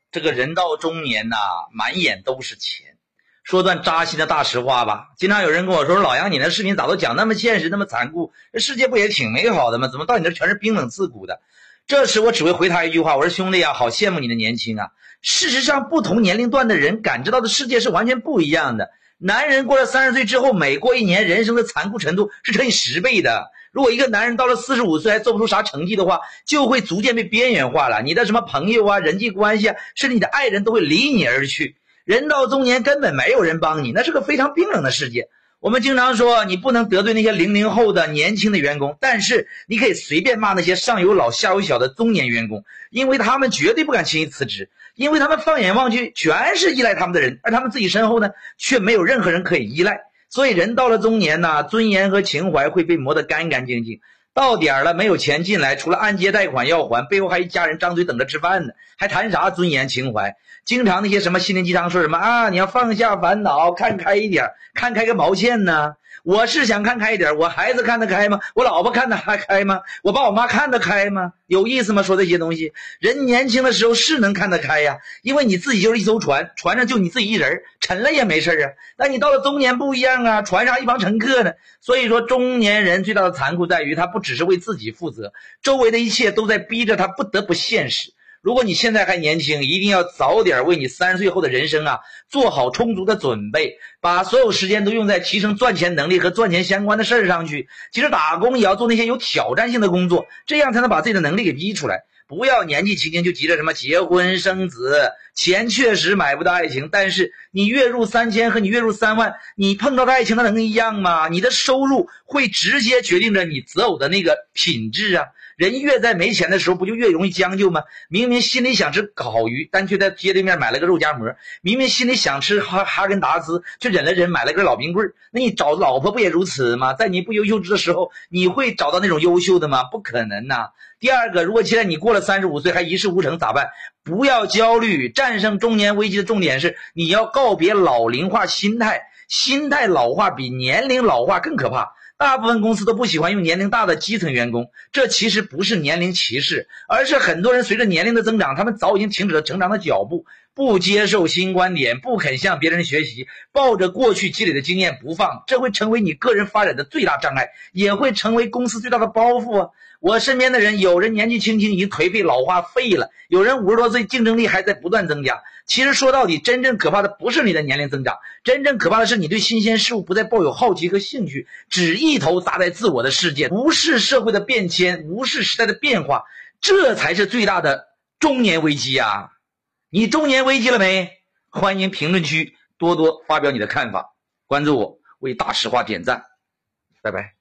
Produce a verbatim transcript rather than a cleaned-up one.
这个人到中年呐、啊，满眼都是钱。说段扎心的大实话吧，经常有人跟我说，老杨，你那视频咋都讲那么现实那么残酷，这世界不也挺美好的吗？怎么到你这全是冰冷刺骨的？这时我只会回他一句话，我说兄弟啊，好羡慕你的年轻啊。事实上不同年龄段的人感知到的世界是完全不一样的。男人过了三十岁之后，每过一年人生的残酷程度是乘以十倍的。如果一个男人到了四十五岁还做不出啥成绩的话，就会逐渐被边缘化了。你的什么朋友啊，人际关系啊，甚至你的爱人都会离你而去。人到中年根本没有人帮你，那是个非常冰冷的世界。我们经常说你不能得罪那些零零后的年轻的员工，但是你可以随便骂那些上有老下有小的中年员工，因为他们绝对不敢轻易辞职，因为他们放眼望去全是依赖他们的人，而他们自己身后呢却没有任何人可以依赖。所以人到了中年呢，尊严和情怀会被磨得干干净净。到点了没有钱进来，除了按揭贷款要还，背后还一家人张嘴等着吃饭呢，还谈啥尊严情怀？经常那些什么心灵鸡汤说什么啊，你要放下烦恼，看开一点，看开个毛线呢？我是想看开一点，我孩子看得开吗？我老婆看得还开吗？我爸我妈看得开吗？有意思吗？说这些东西，人年轻的时候是能看得开呀，因为你自己就是一艘船，船上就你自己一人，沉了也没事啊。但你到了中年不一样啊，船上一帮乘客呢。所以说中年人最大的残酷在于他不只是为自己负责，周围的一切都在逼着他不得不现实。如果你现在还年轻，一定要早点为你三十岁后的人生啊做好充足的准备，把所有时间都用在提升赚钱能力和赚钱相关的事儿上去。其实打工也要做那些有挑战性的工作，这样才能把自己的能力给逼出来。不要年纪轻轻就急着什么结婚生子，钱确实买不到爱情，但是你月入三千和你月入三万，你碰到的爱情它能一样吗？你的收入会直接决定着你择偶的那个品质啊。人越在没钱的时候不就越容易将就吗？明明心里想吃烤鱼，但却在街对面买了个肉夹馍，明明心里想吃哈哈根达斯，却忍了忍买了根老冰棍。那你找老婆不也如此吗？在你不优秀的时候，你会找到那种优秀的吗？不可能呐。第二个，如果现在你过了三十五岁还一事无成咋办？不要焦虑，战胜中年危机的重点是你要告别老龄化心态，心态老化比年龄老化更可怕。大部分公司都不喜欢用年龄大的基层员工，这其实不是年龄歧视，而是很多人随着年龄的增长，他们早已经停止了成长的脚步，不接受新观点，不肯向别人学习，抱着过去积累的经验不放，这会成为你个人发展的最大障碍，也会成为公司最大的包袱啊。我身边的人，有人年纪轻轻已经颓废老化废了，有人五十多岁竞争力还在不断增加。其实说到底，真正可怕的不是你的年龄增长，真正可怕的是你对新鲜事物不再抱有好奇和兴趣，只一头扎在自我的世界，无视社会的变迁，无视时代的变化，这才是最大的中年危机啊！你中年危机了没？欢迎评论区多多发表你的看法，关注我，为大实话点赞，拜拜。